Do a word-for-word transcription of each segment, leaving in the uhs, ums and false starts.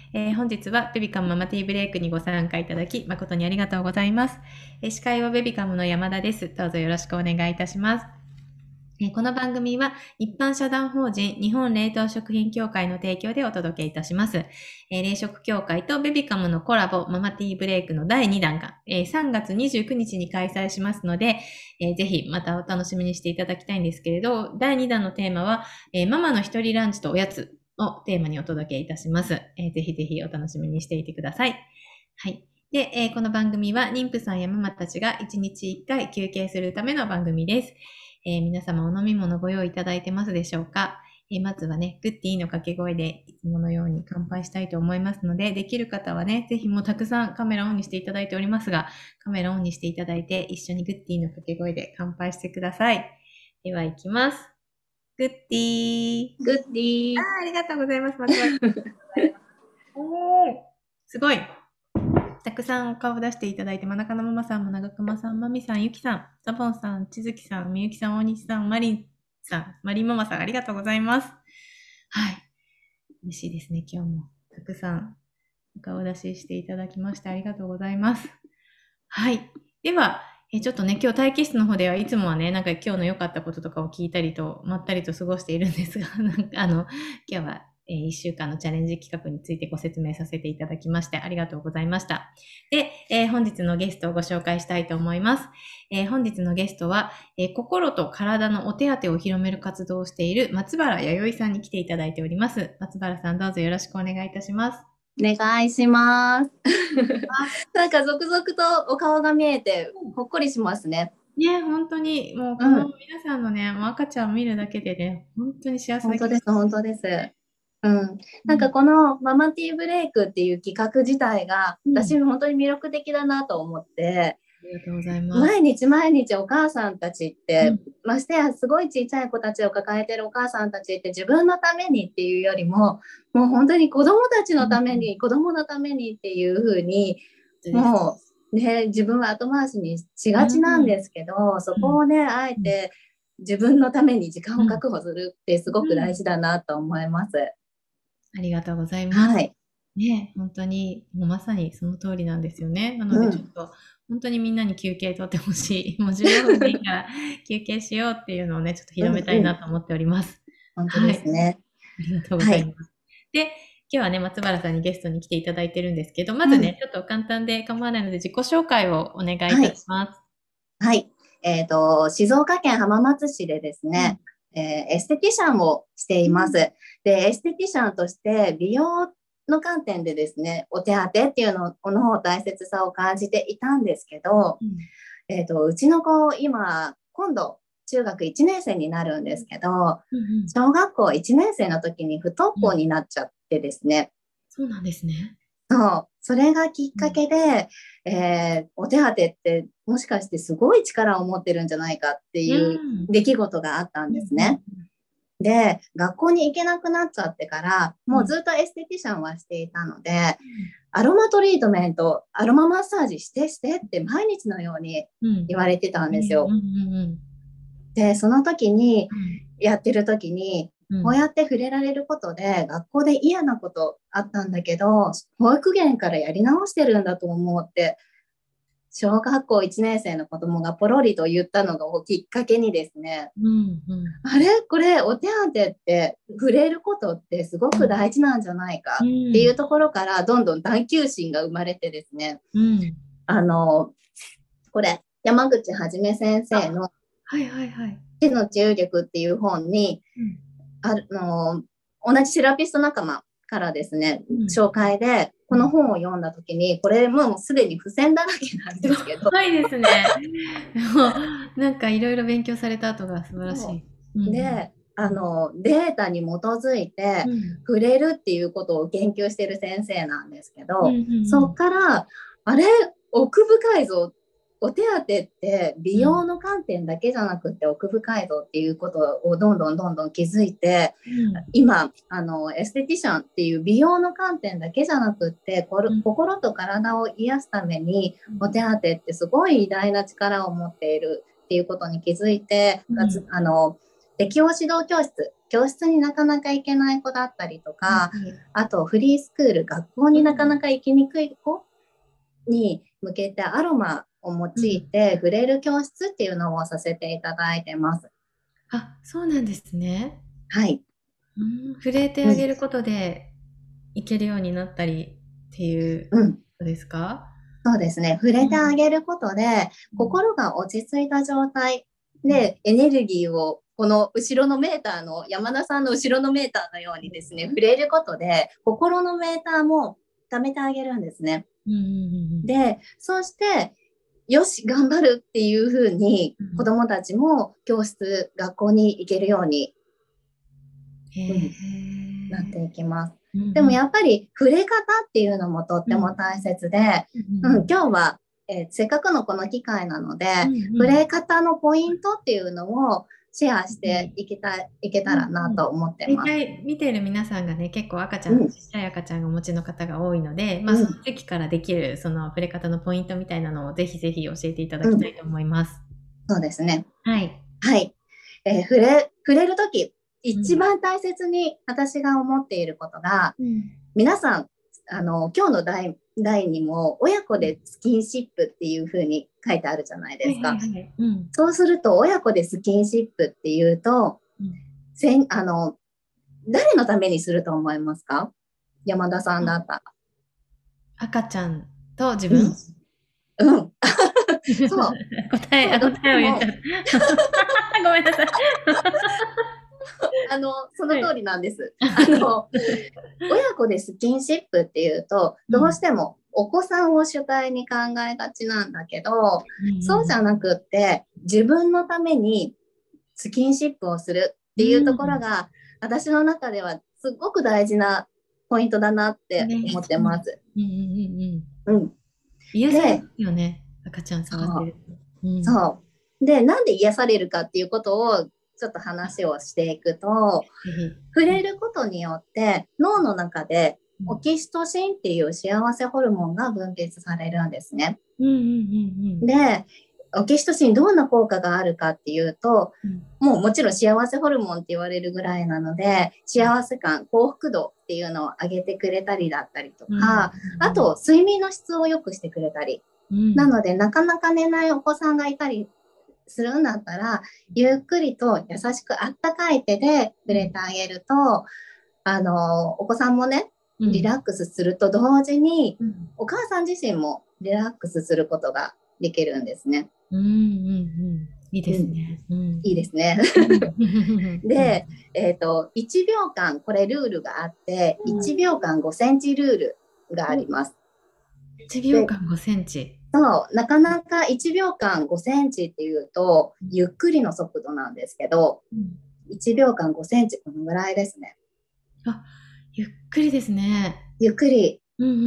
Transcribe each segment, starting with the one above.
えー本日はベビカムママティーブレイクにご参加いただき誠にありがとうございます。えー司会はベビカムの山田です。どうぞよろしくお願いいたします。えーこの番組は一般社団法人日本冷凍食品協会の提供でお届けいたします。えー冷食協会とベビカムのコラボママティーブレイクのだいにだんが、えーさんがつにじゅうくにちに開催しますので、えーぜひまたお楽しみにしていただきたいんですけれど、だいにだんのテーマは、えーママの一人ランチとおやつをテーマにお届けいたします。えーぜひぜひお楽しみにしていてください。はい。で、えーこの番組は妊婦さんやママたちがいちにちいっかい休憩するための番組です。えー皆様お飲み物ご用意いただいてますでしょうか？えーまずはね、グッディーの掛け声でいつものように乾杯したいと思いますので、できる方はね、ぜひもうたくさんカメラオンにしていただいておりますが、カメラオンにしていただいて、一緒にグッディーの掛け声で乾杯してください。では、いきます。グッディー。 グッディー。 あーありがとうございます。松原さんおーすごい。たくさんお顔出していただいて、真中のママさん、も長熊さん、まみさん、ゆきさん、ザボンさん、ちずきさん、みゆきさん、大西さん、まりんさん、まりんママさん、ありがとうございます。はい。嬉しいですね、今日も。たくさんお顔出ししていただきましてありがとうございます。はい。では、えちょっとね、今日待機室の方ではいつもはね、なんか今日の良かったこととかを聞いたりと、まったりと過ごしているんですが、なんかあの、今日は、えいっしゅうかんのチャレンジ企画についてご説明させていただきましてありがとうございました。で、えー本日のゲストをご紹介したいと思います。えー本日のゲストは、えー心と体のお手当を広める活動をしている松原弥生さんに来ていただいております。松原さん、どうぞよろしくお願いいたします。 お願いします。なんか続々とお顔が見えてほっこりしますね。 ね、本当に、もううこのん。 皆さんのね、もう赤ちゃんを見るだけでね、本当に幸せな気持ち本当です、本当です。 ね。 うん。なんかうん。 このママティーブレイクっていう企画自体がうん。 私本当に魅力的だなと思って、 ありがとうございます。 毎日毎日お母さんたちって、 うん。 ましてやすごい小さい子たちを抱えてるお母さんたちって自分のためにっていうよりも、もう本当に子供たちのためうん。 に、子供のためにっていうふうに、 そうです。 もうね、自分は後回しにしうん。 がちなんですけど、そうん。 こをね、あえうん。 て自分のために時間をうん。 確保するってすごく大事だなと思います。 ありがとうございます。 はい。 ね、本当に、もうまさにその通りなんですよね。なのでうん。 ちょっと、本当にみんなに休憩取ってほしい。もうじゅうよんぷんでいいから休憩しようっていうのをね、ちょっとうん広めたいうん。 なと思っております。 本当はい。 ですね。 ありがとうごはい。 ざいます。で、今日はね、松原さんにゲストに来ていただいてるんですけど、まうん。 ずね、ちょっと簡単で構わないので自己紹介をお願いいたはい。 します。 はい。えっと、静岡県浜松市でですうん。 ね、えーエステティシャンをしています。 うん。 で、エステティシャンとして美容の観点でですね、お手当っていうのの大切さを感じていたんですけど、 うん。 えっと、うちの子、今、今度、中学いちねん生になるんですけど、 うん。 小学校いちねん生の時に不登うん。 校になっちゃってですね、 そうなんですね。 そう、それがきっかうん。 けで、えーお手当ってもしかしてすごい力を持ってるんじゃないかってういうん。 出来事があったんうん。 ですね。で、学校に行けなくなっちゃってから、 うん。 もうずっとエステティシャンはしていたので、アロマトリートメント、アロママッサージしてしてって毎日のようにうん。 言われてたんうん。 ですよ。 うん。うん。 で、その時に、 はい。 やってる時に、 うん。 こうやって触れられることで、学校で嫌なことあったんだけど、保育園からやり直してるんだと思うって、小学校いちねん生の子供がポロリと言ったのがきっかけにですね、 うん。うん。 あれこれお手当って触れることってすごくうん。 大事なんじゃないかうっていうん。 ところからどんどん探求心が生まれてですね、 うん。 あの、これ山口はじめ先生あ、 のはいはいはい。 知の治癒力っていう本に、 うん。 あの、同じセラピスト仲間からですね、 うん。 紹介で、このうん。 本を読んだ時に、これもうすでに付箋だらけなんすですけど、 ごいですね。もう、なんかいろいろ勉強された後が素晴らしい。うんうん。 で、あの、データに基づいてうん。 触れるっていうことを研究している先生なんですけうんうど、そっんから、あれ、奥深いぞ。お手当って美うん。うん容の観点だけじゃなくて奥深いぞっていうことをどんどんどんどん気づいて、 うん。 今、あの、エステティシャンっていう美容の観点だけじゃなくって、こうん心と体を癒すために、 うんお手当ってすごい偉大な力を持っているっていうことに気づいて、 うん。 かつ、あの、適応指導教室教室になかなか行けない子だったりとか、 うん、 あとフリースクール、学校になかなか行きにくい子に向けてアロマを用いて触れる教室っていうのをさせていただいてます。 あ、そうなんですね。 はい。 うん、触れてうん。 あげることでいけるようになったりっていううん。 ことですか？ そうですね。触れてあうん。 げることで、 うん。 心が落ち着いた状態うん。 で、エネルギーを、この後ろのメーターの、山田さんの後ろのメーターのようにですね、触れることで、心のメーターも貯めてあげるんですね。 うんうんうんで、そうして、よし、頑張るっていうふうに、 うん。 子供たちも教室、学校に行けるように、 へうん、なっえ。 ていきます。 うんでもうん。 やっぱり触れ方っていうのもとってもうん。 大切で、 うんううん、 ん今日は、えーせっかくのこの機会なので、 うん。うんうん。 触れ方のポイントっていうのをシェアしてぜひ。 いけた、いけうんたらなうん。 と思って大ます。 体見ている皆さんがね、結構赤ちゃん、 うん、 ちっちゃい赤ちゃんがお持ちの方が多いので、まあ、そのうん、 時期からできる、その触れ方のポイントみたいなのをぜひぜひ教えていただうん、 きたいと思います。 そうですね。 はい。 はい。えー触れ、触れるとき、 うん。 一番大切に私が思っていることが、 うん。 皆さん、あの、今日の題、題にも、親子うん。 でスキンシップっていうふうに書いてあるじゃないはいはいですか。 はい。うん。 そうすると、親子でスキンシップっていうと、 うん。 せん、あの、誰のためにすると思いますか？山田さんだあ、 ったら。 赤ちゃんと自うん。 分？ うん。そう。 答え、あ、 そう、どっ答ちも、 えを言っちゃった。ごめんなさい。 あの、そのはい。 通りなんです。あの、親子でスキンシップっていうと、どううん。 してもお子さんを主体に考えがちなんだけど、 うんうんそうじゃなくって、自分のためにスキンシップをするっていうとうん。 ころが、私の中ではすごく大事なポイントだなってうん。ね。 思ってうん。 ます。 うんうんうんうん。 うん。 癒されまで、 すよね、赤ちゃんそ触ってるう、 と。うん。 そう。で、なんで癒されるかっていうことをちょっと話をしていくと、 ぜひ。 触うん。 れることによって脳の中でうん。 オキシトシンっていう幸せホルモンが分泌されるんですね。 うんうんうんで、オキシトシンどんな効果があるかっていうと、 うん。 もうもちろん幸せホルモンって言われるぐらいなので、幸せ感、幸福度っていうのを上げてくれたりだったりとうん。 か、あと睡眠の質を良くしてくれたり。 うんうん。 なので、なかなか寝ないお子さんがいたりするんだったら、ゆっくりと優しくあったかい手で触れてあげると、あの、お子さんもね、 うん。 リラックスすると同時に、 うん。 お母さん自身もリラックスすることができるんですね。 うんうんうん。いいでうん、 すね。うん。 いいですね。 うん。うん。 で、えっと、いちびょうかん、これルールがあって、 うん。 いちびょうかんごセンチルールがありお、 ます。 1秒で、 間ごセンチ。 そう、なかなかいちびょうかんごセンチっていうと、 うん。 ゆっくりの速度なんですけど、 うん。 いちびょうかんごセンチ、このぐらいですね。 あ、ゆっくりですね。 ゆっくりうんうんうん。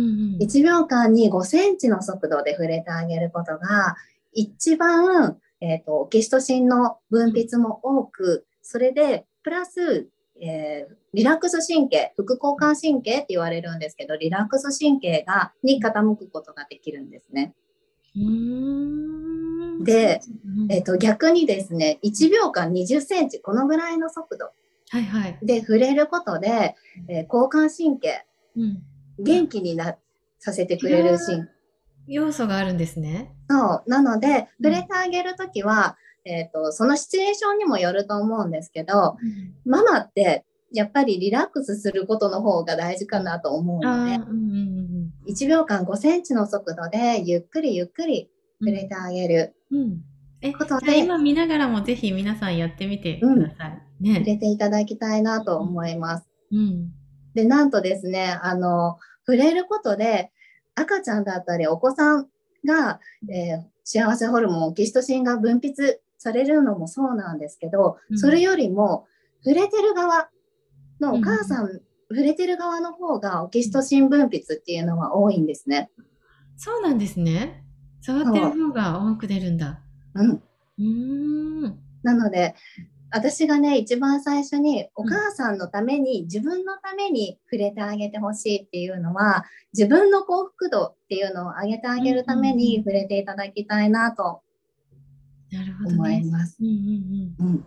いちびょうかんにごセンチの速度で触れてあげることが、一番、えっと、オキシトシンの分泌も多く、それで、プラス、えーリラックス神経、副交感神経って言われるんですけど、リラックス神経が、に傾くことができるんですね。 うーん、そうでで、 すね。うん。 えっと、逆にですね、いちびょうかんにじゅっセンチ、このぐらいの速度はいはい。 で触れることで、えー交感神経、 うん。あ、 元気になさせてく違うれる神要素があるんですね。 そう。なので、 うん。 触れてあげるときは、えっと、そのシチュエーションにもよると思うんですけど、 うん。 ママって、やっぱりリラックスすることの方が大事かなと思うので、 ああ、うんうんうんいちびょうかんごセンチの速度で、ゆっくりゆっくりうん。うん。 触れてあげるうん。え、じゃあことで、 今見ながらもぜひ皆さんやってみてうん、 ください。ね。 触れていただきたいなとうん。 思います。 うん。 で、なんとですね、あの、触れることで、赤ちゃんだったりお子さんが、えー幸せホルモン、オキシトシンが分泌されるのもそうなんですけど、 うん。 それよりも、触れてる側のおうんうん母さん、触れてる側の方がオキうん。 シトシン分泌っていうのは多いんですね。 そうなんですね。触ってるそ方が多く出るんだ。 う。うん。 うーん。 なので、私がね、一番最初におうん。 母さんのために、自分のために触れてあげてほしいっていうのは、自分の幸福度っていうのを上げてあうんうんげるためうん。 に触れていただきたいなとなるほど思いね。 ます。 うんうんうん。 うん。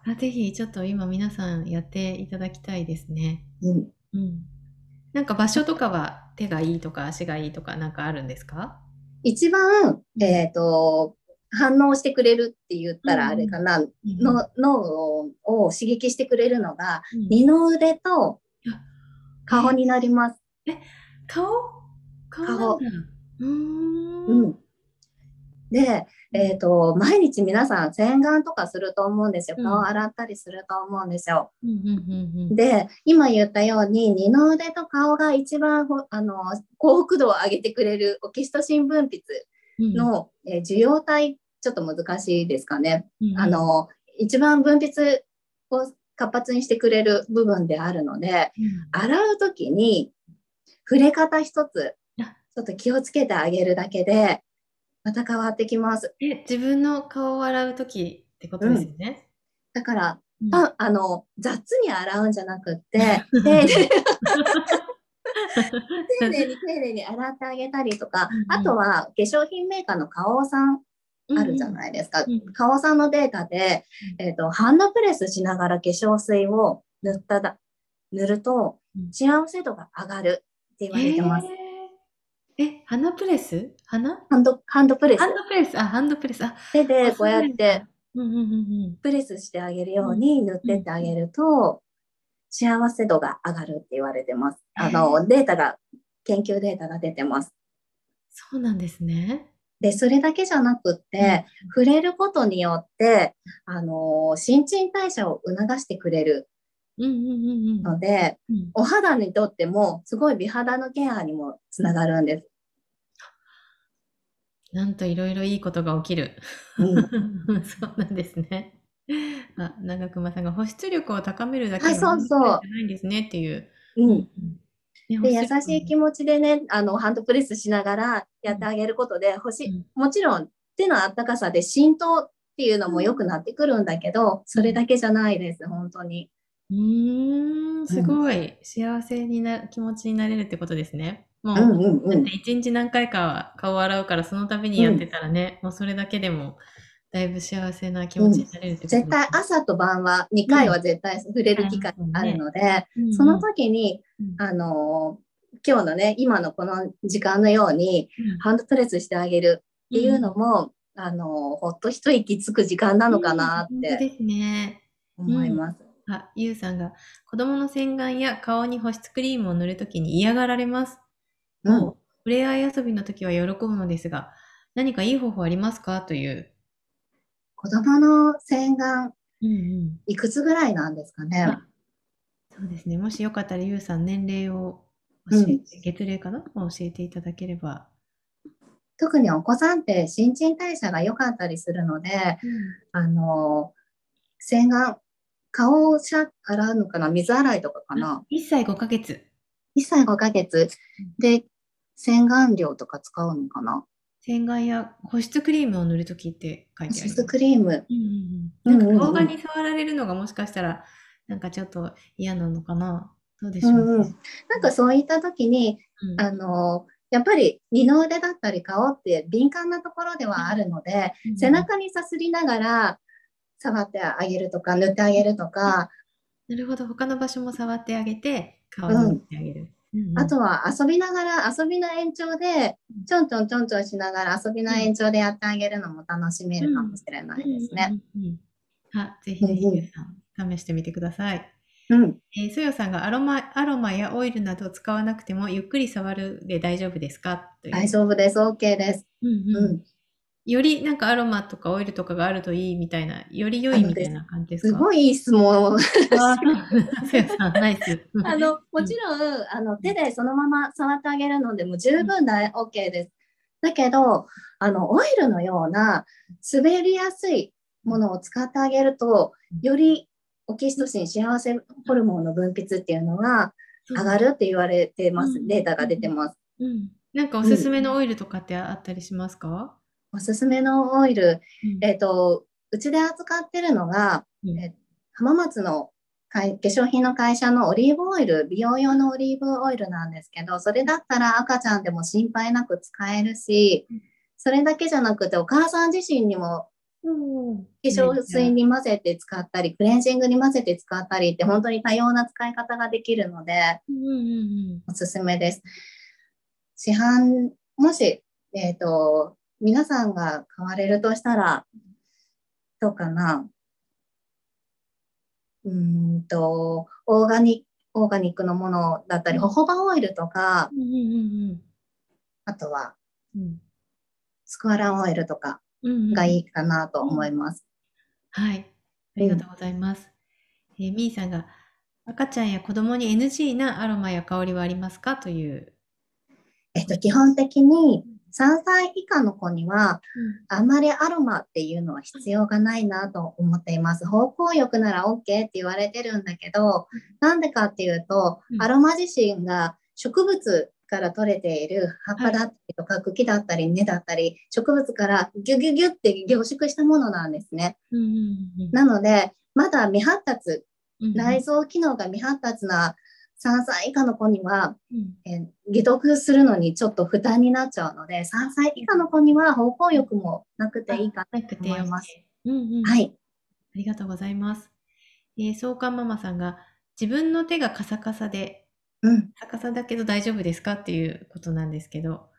あ、ぜひちょっと今皆さんやっていただきたいですね。 うん。 うん。なんか場所とかは手がいいとか足がいいとかなんかあるんですか？ 一番、 うん。 えっと、反応してくれるって言っうんうたらあれかん。 な、 うんうん。 の脳を刺激してくれるのが、 うん。 二の腕とあ、えー、 顔になります。 え、顔？顔なん顔。 だ。うーん。 うん。で、 うん。 えっと、毎日皆さん洗顔とかすると思うんですよ。 うん。 顔洗ったりすると思うんですよ。 うんうんうんうん。 で、今言ったように、二の腕と顔が一番ほあの幸福度を上げてくれるオキシトシン分泌うん。 の、えー受容体、ちょっと難しいですかね。 うんうん。 あの、一番分泌を活発にしてくれる部分であるので、 うん。 洗うときに触れ方一つ、 あ、 ちょっと気をつけてあげるだけで、また変わってきます。 え、自分の顔を洗うときってことですうん。 よね。 だから、 うん。 パあの、雑に洗うんじゃなくって、丁寧丁寧に丁寧に洗ってあげたりとか、 うんうん。 あとは化粧品メーカーの花王さんあるじゃうんうん。 ないですか。 うん。 花王さんのデータで、 うん。 えっと、ハンドプレスしながら化粧水をうん。 塗っただ、塗るとうん。 幸せ度が上がるって言われてます。 へえ。え、鼻プレス？鼻？ ハンド、ハンドプレス。 ハンドプレス、あ、ハンドプレス。あ、あ、そ手でこううなんだ。 やってうんうんうんプレスしてあげるうん。 よううん。 に塗ってっうん。 てあげると幸せ度が上がるって言われてます。 へえ、 あの、データが、研究データが出てます。 そうなんですね。 で、それだけじゃなくっうん。 て、触れることによって、あの、新陳代謝を促してくれるうんうんうんうん。 ので、 うん。 お肌にとっても、すごい美肌のケアにもつながるんです。 なんといろいろいいことが起きる。 うん。 そうなんですね。あ、長熊さんが保湿力を高めるだけあ、 がハそうンドプレスじそゃないんですねっていう。 う。 うんううん。 ん。ね、保で、優湿力も。 しい気持ちでね、あの、ハンドプレスしながらうん。 やってあげることで、星、 うん。 もちろん手のあったかさで浸透っていうのも良くうん。 なってくるんだけど、それうん。 だけじゃないです、本当に。 うーん、すうん。 ごい幸せにな気持ちになれるってことですね。もう、 うんうんうん。 だっていちにち何回かは顔を洗うから、その度にやってうん。 たらね、もうそれだけでもだいぶ幸せな気持うん。 ちになれるってこと絶ですね。 対朝と晩は2 うん。 回は絶対触れる洗いま機会があるすもんね。 ので、 うんそのうん。 時に、 うん。 あのー今日のね、今のこの時間のようにうん。 ハンドプレスしてあげるっていうのうんうん。 も、あのーほっと一息つく時間なのかうん、 なってほんとですね。うん。 思います。 あ、ゆうさんが、子供の洗顔や顔に保湿クリームを塗るときに嫌がられます。 うん。 おう、触れ合い遊びのときは喜ぶのですが、何かいい方法ありますか？という。 子供の洗顔、 うんうん。 いくつぐらいなんですかね。 あ、そうですね。もしよかったらゆうさん年齢をうん。 教えて、月齢かな？教えていただければ。 特にお子さんって新陳代謝が良かったりするので、 うん。 あのー洗顔、顔をシャ洗うのかな、水洗いとかかあ、 な。 いっさいごかげつ。 いっさいごかげつうん。 で洗顔料とか使うのかな。 洗顔や保湿クリームを塗るときって書いてあ保湿ります。 クリーム。 うんうんうん。なんかうんうんうん。 動画に触られるのがもしかしたら、なんかちょっと嫌なのかな。どうでうしょうね。 んうん。なんかそういった時に、 うん。 あの、やっぱり二の腕だったり顔って敏感なところではあうん。 るので、背うんうんうん。 中にさすりながら触ってあげるとか、塗ってあげるとあ、 か、 なるほど、他の場所も触ってあげて、顔に塗っうん。 てあげる。うんうん。 あとは遊びながら、遊びの延長で、 うん。 ちょんちょんちょんちょんしながら遊びのうん。 延長でやってあげるのも楽しめるかもうん。 しれなうんうんいですね。 うんうん。あ、ぜひぜひうんうん。 皆さん試してみてください。 うん。 えー、そよさんがアロマアロマやオイルなどを使わなくてもゆっくり触るで大丈夫ですか？とい大う。 丈夫です。OK です。 うんうん。 うん。 よりなんかアロマとかオイルとかがあるといいみたいな、より良いあのです。 みたいな感じですすか？ ごいいい質問をああ、 してくれそうそよさん、ナイス。 あの、もちうん。 ろん、あの、手でそのまま触ってあげるのでも十うん。 分だ、OK です。だけど、あの、オイルのような滑りやすいうん。 ものを使ってあげると、 うん。 よりオキシうん。 トシン、幸せホあ、 ルモンの分泌っていうのがそうなんだ。 上がるって言われてます。 うんうんデータがうん出てます。 うん。うん。なんかおうん。 すすめのオイルとかってあったりしますか？ おすすめのオイル、 うん。 えっと、うちで扱ってるのが、 うん。 え浜松の化粧品の会社のオリーブオイル、美容用のオリーブオイルなんですけど、それだったら赤ちゃんでも心配なく使えるし、 うん。 それだけじゃなくてお母さん自身にもおー、 化粧水に混ぜて使ったり、クレンジングに混ぜて使ったりって本当に多様な使い方ができるので、 うんうんうんおすすめです。市販、もし、えっと、皆さんが買われるとしたら、どうかな。うーんと、オーガニック、オーガニックのものだったり、ホうん。 ホバオイルとか、 うんうんあとはうんうん。 スクワランオイルとかうんうんうん。 がいいかなとうん。 思います。 はい。あうん。 りがとうございます。えー、みーさんが、赤ちゃんや子供に エヌジー なアロマや香りはありますかという。 えっと、基本的にさんさい以下の子には、 うん。 あんまりアロマっていうのは必要がないなと思っています。芳香浴なら OK って言われてるんだけど、なんでかっていうと、 うん。 アロマ自身が植物から取れている葉っはい。 ぱだったりとか茎だったり根だったり、植物からギュギュギュって凝縮したものなんですね。 うんうんうんなので、まだ未発達、 うん。うんうん。 内臓機能が未発達なさんさい以下の子には、 うん。 えー解毒するのにちょっと負担になっちゃうので、さんさい以下の子には芳香うん。 浴もなくていいあ、 かなくてと思います。 オーケー。うんうん。 はい。 ありがとうございます。えー、創刊ママさんが、自分の手がカサカサで、 うん。 カサカサだけど大丈夫ですかっていうことなんですけど。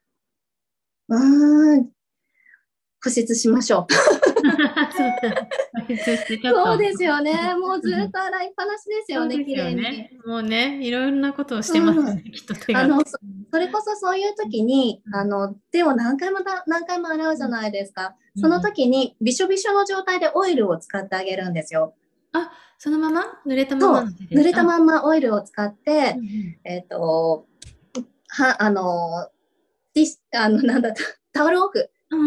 うーん。保湿しましょう。 そうだ。加湿してちょっと。 そうですよね。もうずっと洗いっぱなしですよね、 そうです綺麗に。 よね。もうね、いろんなことをしてますうん。 よね、きっと手が。 あの、そそれこそそういう時に、 うん。 あの、手を何回もだ何回も洗うじゃないですか。そのうんうん。 時に、びしょびしょの状態でオイルを使ってあげるんですよ。 あ、そのまま濡れたまそう、 まの手で。あ、 濡れたまんまオイルを使って、 うんうん。 えっと、は、あの、ティッシュ、あの、なんだ、タオルオフ、 うん。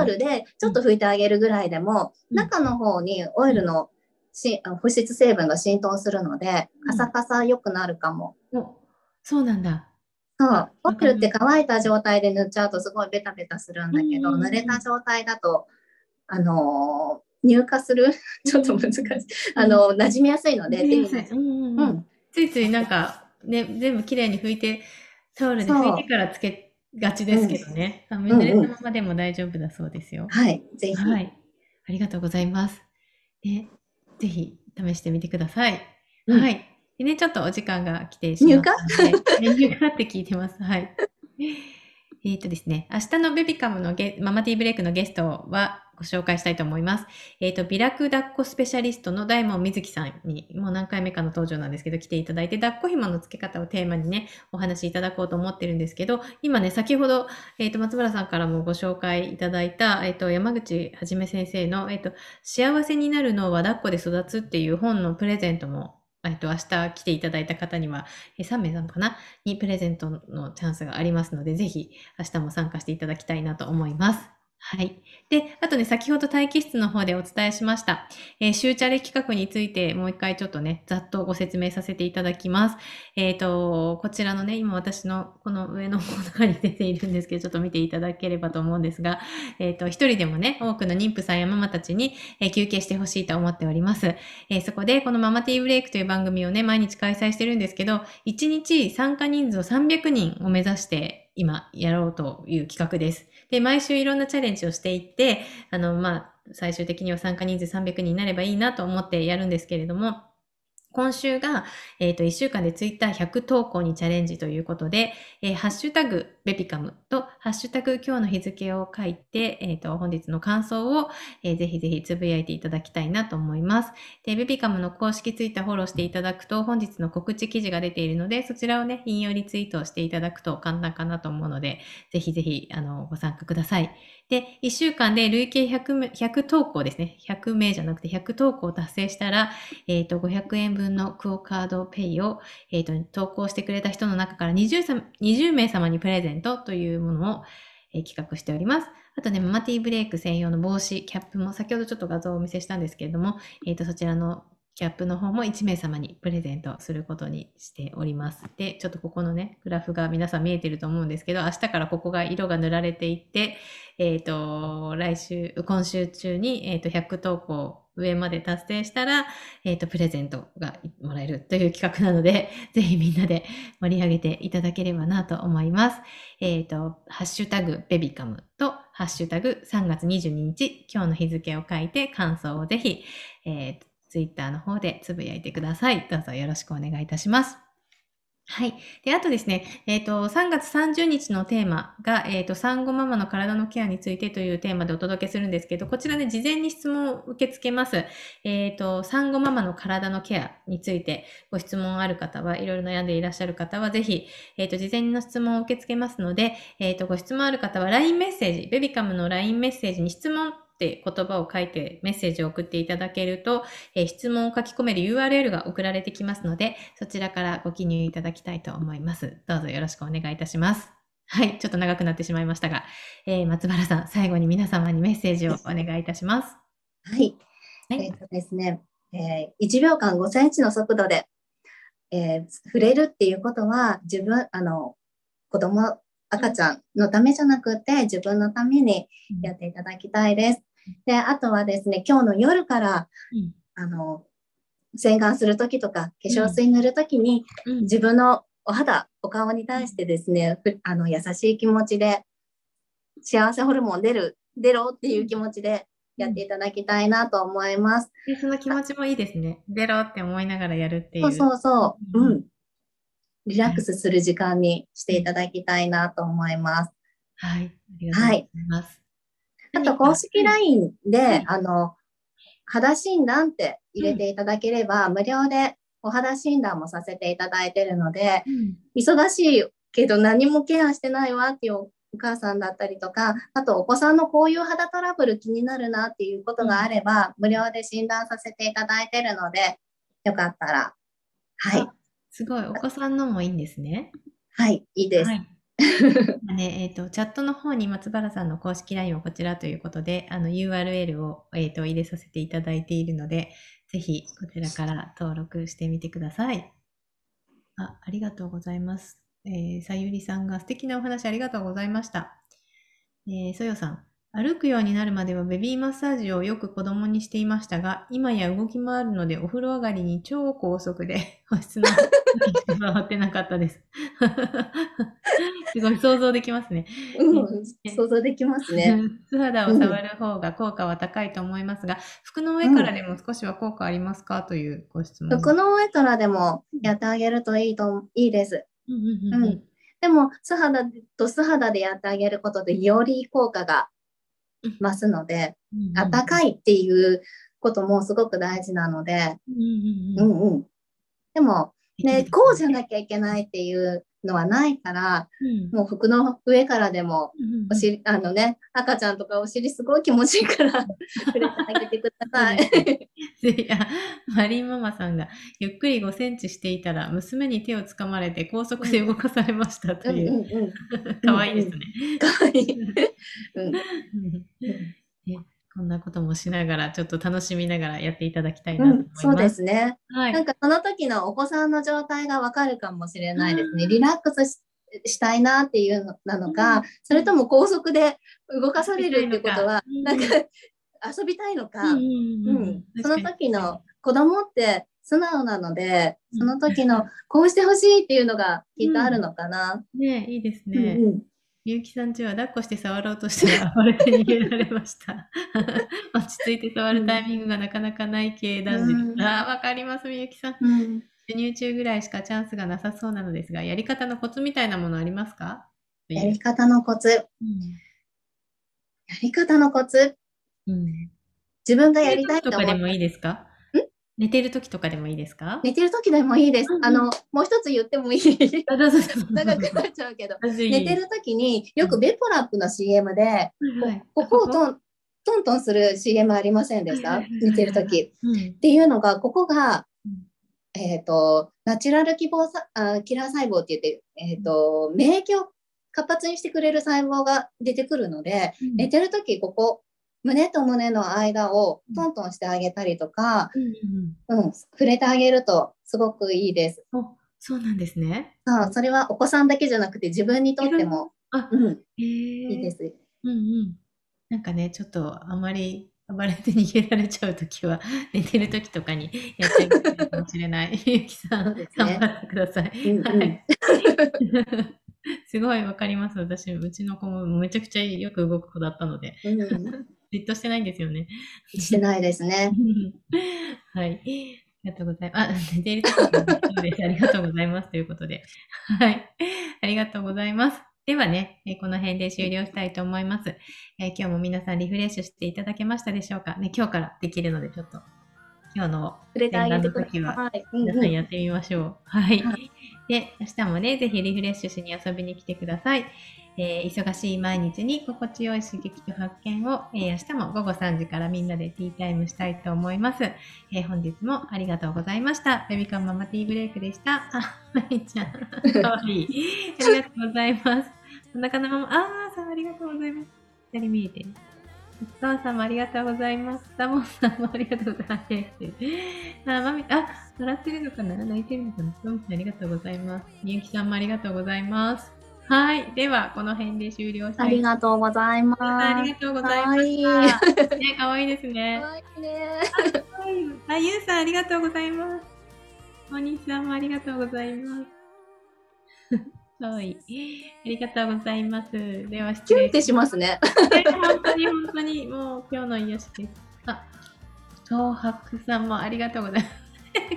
タオルでちうん。 ょっと拭いてあげるぐらいでも、 うん。 中の方にオうん。 イルのし保湿成分が浸透するので、カサカサ良くなるかも。 お、そうなんだ。あ、 そう、オイルってわかりました。 乾いた状態で塗っちゃうとすごいベタベタするんうんうだけど、濡れんうん。 た状態だと、あのー乳化するちょっとうんうん難しい。 うん。うん。 あのー馴染みやすいので、 なじみやすい。 手に馴染うんうんうん。 む。うん。 ついついなんか、ね、全部きれいに拭いて、タオルで拭いてそからつけがちでう。うすん。 けどね。あ、濡うんうん。 れたままでも大丈夫だそうですよ。 はい。ぜひ。 はい。ありがとうございます。ね、ぜひ試してみてください。 うん。 はい。でね、ちょっとお時間が来てしまっ乳化たので、メニューがって聞いてます。はい。えっとですね、明日のベビカムのゲママティーブレイクのゲストはご紹介したいと思います。えっと、ビラク抱っこスペシャリストの大門瑞希さんに、もう何回目かの登場なんですけど、来ていただいて、抱っこ紐の付け方をテーマにね、お話しいただこうと思ってるんですけど、今ね、先ほど、えっと、松村さんからもご紹介いただいた、えっと、山口はじめ先生の、えっと、幸せになるのは抱っこで育つっていう本のプレゼントも、えっと、明日来ていただいた方には、えさん名様かなにプレゼントのチャンスがありますので、ぜひ明日も参加していただきたいなと思います。はい。で、あとね、先ほど待機室の方でお伝えしました、えー、シューチャレ企画についてもう一回ちょっとね、ざっとご説明させていただきます。えっと、こちらのね、今私のこの上の方の中に出ているんですけど、ちょっと見ていただければと思うんですが、えっと、一人でもね、多くの妊婦さんやママたちに、えー休憩してほしいと思っております。えーそこで、このママティーブレイクという番組をね、毎日開催してるんですけど、いちにち参加人数をさんびゃくにんを目指して今やろうという企画です。で、毎週いろんなチャレンジをしていって、あの、まあ、最終的には参加人数さんびゃくにんになればいいなと思ってやるんですけれども、今週が、えっと、いっしゅうかんでツイッターひゃく投稿にチャレンジということで、えーハッシュタグベビカムと、ハッシュタグ今日の日付を書いて、えっと、本日の感想を、えーぜひぜひつぶやいていただきたいなと思います。で、ベビカムの公式ツイッターフォローしていただくと、本日の告知記事が出ているので、そちらをね、引用リツイートをしていただくと簡単かなと思うので、ぜひぜひ、あの、ご参加ください。で、いっしゅうかんで累計ひゃくめ、ひゃく投稿ですね。ひゃくめいじゃなくてひゃく投稿を達成したら、えっと、ごひゃくえんぶんのクオカードペイを、えっと、投稿してくれた人の中からにじゅうさん にじゅう名様にプレゼントというものを、えー企画しております。あとね、ママティーブレイク専用の帽子、キャップも、先ほどちょっと画像をお見せしたんですけれども、えっと、そちらのキャップの方もいち名様にプレゼントすることにしております。で、ちょっとここのね、グラフが皆さん見えてると思うんですけど、明日からここが色が塗られていって、えっと、来週、今週中に、えっと、ひゃく投稿上まで達成したら、えっと、プレゼントがもらえるという企画なので、ぜひみんなで盛り上げていただければなと思います。えっと、ハッシュタグベビカムと、ハハッシュタグさんがつにじゅうににち、今日の日付を書いて感想をぜひ、えー、ツイッターの方でつぶやいてください。どうぞよろしくお願いいたします。はい。で、あとですね、えっと、さんがつさんじゅうにちのテーマが、えっと、産後ママの体のケアについてというテーマでお届けするんですけど、こちらね、事前に質問を受け付けます。えっと、産後ママの体のケアについてご質問ある方は、いろいろ悩んでいらっしゃる方は、ぜひ、えっと、事前の質問を受け付けますので、えっと、ご質問ある方は ライン メッセージ、ベビカムの ライン メッセージに質問って言葉を書いてメッセージを送っていただけると、えー質問を書き込める ユーアールエル が送られてきますので、そちらからご記入いただきたいと思います。どうぞよろしくお願いいたします。はい、ちょっと長くなってしまいましたが、えー松原さん、最後に皆様にメッセージをお願いいたします。 はい。 はい。 えっとですね、えーいちびょうかんごセンチの速度で、えー触れるっていうことは、自分、あの、子供、赤ちゃんのためじゃなくて、自分のためにやっていただきたいです。で、あとはですね、今日の夜から、 うんあの、洗顔するときとか、化粧うん水塗るときに、 うん自分のお肌、お顔に対してですね、ふあの、優しい気持ちで、幸せホルモン出る、出ろっていう気持ちでやっていただきたいなと思います。 で、その気持ちもいいですね。出ろって思いながらやるってそういう。 そうそう、 うんうんうん。リラックスする時間にしていうんただきたいなと思います。 はい。ありがとうございはい。 ます。 あと、 何か、は公式い。 ライン で、 はいあの、肌診断って入れうんていただければ、無料でお肌診断もさせていただいているので、 うん忙しいけど何もケアしてないわっていうお母さんだったりとか、あとお子さんのこういう肌トラブル気になるなっていうことがあれば、無料で診断させていただいているので、よかったら、はい、 あ、すごい。お子さんのもいいんですね。 はい、いいです。 はい。ね、えっと、チャットの方に松原さんの公式 ライン をこちらということで、あの ユーアールエル を、えっと、入れさせていただいているので、ぜひこちらから登録してみてください。あ、ありがとうございます。えー、さゆりさんが素敵なお話ありがとうございました。えー、そよさん、歩くようになるまではベビーマッサージをよく子供にしていましたが、今や動き回るのでお風呂上がりに超高速で保湿の時しか回ってなかったです。すごい想像できますね。 うん、 え想像できますね。 素肌を触る方が効果は高いと思いますが、服の上うん。 からでも少しは効果ありますかというご質問。 服の上からでもやってあげるといいと、いいです。 うんうんうんうんうん。でも、素肌と素肌でやってあげることで、より効果がうん増すので、 うんうんあったかいっていうこともすごく大事なので、 うんうんうんうんうん。でも、ね、 できるですこうじゃね。 なきゃいけないっていうのはないから、 うんもう服の上からでも、 うんうんうんお尻、あのね、赤ちゃんとかお尻すごい気持ちいいから触れてあげてくだそうさですね。 い。 ぜひ、あ、マリンママさんが、ゆっくりごセンチしていたら、娘に手をつかまれて高速でうん、 動かされましたうん、 という。 うん、うん、うかん、うん。 わいいですね。 かわいい。うん、うん、 ね、こんなこともしながら、ちょっと楽しみながらやっていただきたいなとうん、そうで思います。 すね。 はい。 なんかその時のお子さんの状態がわかるかもしれないですね。リラックスし、したいなっていうのなうん、 のか、そうん。 れとも高速で動かさ遊びたれるっていのか。 いうことは、なんかうん。 遊びたいのうんうんか、 うんうんうん。 うん、その確かに確かに。 時の子供って素直なので、 うん。 その時のこうしてほしいっていうのがきっとあるうん。 のかな。 ねえ、いいですうんね。 うん。 みゆきさんちは抱っこして触ろうとしたら暴れて逃げられました。落ち着いて触るタうん。 イミングがなかなかない系う男児です。 ん。 ああ、わかります、みゆきさん。 うん。 授乳中ぐらいしかチャンスがなさそうなのですが、やり方のコツみたいなものありますかという。 やり方のコツ。やうん。 り方のコツ。 うん。 自分が寝てるやりたい時とかでもいと思った。 いですか？ ん寝てる時とかでもいいですか？ 寝てる時でもいいです。あの、 うんうん。 もう一つ言ってもいい。 あ、どうぞどうぞ長くどうぞ。 なっちゃうけど。 あ、ぜひ。 寝てる時にようん。 くベポラップの シーエム で、こ、 はいはい。あ、 ここここ？ をトン、トントンする シーエム ありませんではいはいはいした寝てはいはいはい。 る時。 うん。 っていうのが、ここが、 うん。 えっと、ナチュラル希望さ、あ、キラー細胞って言って、えっと、免疫を活発にしてくれる細胞が出てくるので、 うん。 寝てるとき、ここ、胸と胸の間をうん。 トントンしてあげたりとか、 うんうんうん、触れてあげるとすごくいいです。 うん。お、そうなんですね。 そう、それはお子さんだけじゃなくて自分にといろんなっても、 あ、 うん、 へえ。 いいです。 うんうん。なんかね、ちょっとあまり暴れて逃げられちゃうときは、寝てるときとかにやってあげるかもしれない。ゆきさん、 そうですね。 頑張ってください。 うんうん。 はい。 すごいわかります。私、うちの子もめちゃくちゃよく動く子だったので、 うん。 じっとしてないんですよね。 してないですね。 はい。ありがとうございます。あ、デイリートピックのです。ありがとうございます。ということで。はい。ありがとうございます。ではね、えーこの辺で終了したいと思います、えー今日も皆さんリフレッシュしていただけましたでしょうかね、今日からできるので、ちょっと今日の触れてあ洗顔げてくだの時はさい。うん皆さうん。 んやってみましょう。はい。 はい。 で、明日もね、ぜひリフレッシュしに遊びに来てください。えー忙しい毎日に心地よい刺激と発見を、えー明日も午後さんじからみんなでティータイムしたいと思います。えー本日もありがとうございました。ベビカムママティーブレイクでした。あ、まいちゃん。かわいい。ありがとうございます。お腹のまま、あーさんありがとうございます。二人見えてる。お母さんもありがとうございます。サモンさんもありがとうございます。あ、まみ、あ、笑ってるのかな泣いてるのかなサモンさんありがとうございます。みゆきさんもありがとうございます。はい。では、この辺で終了しあたいとりがとうございま思います。ありす。 がとうございまはしい。 た。ね、かわいいですね。 はいね。 はい。あ、ゆうさんありがとうございます。お兄さんもありがとうございます。はい。ありがとうございます。では、失キュンって礼します。 しますね。 ね、本当に本当に、もう今日の癒しです。あ、東博さんもありがとうございます。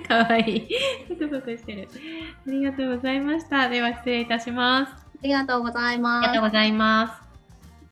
かわいい。ふくふくしてる。ありがとうございました。では失礼いたします。あありがとうございりがとうます。 ございます。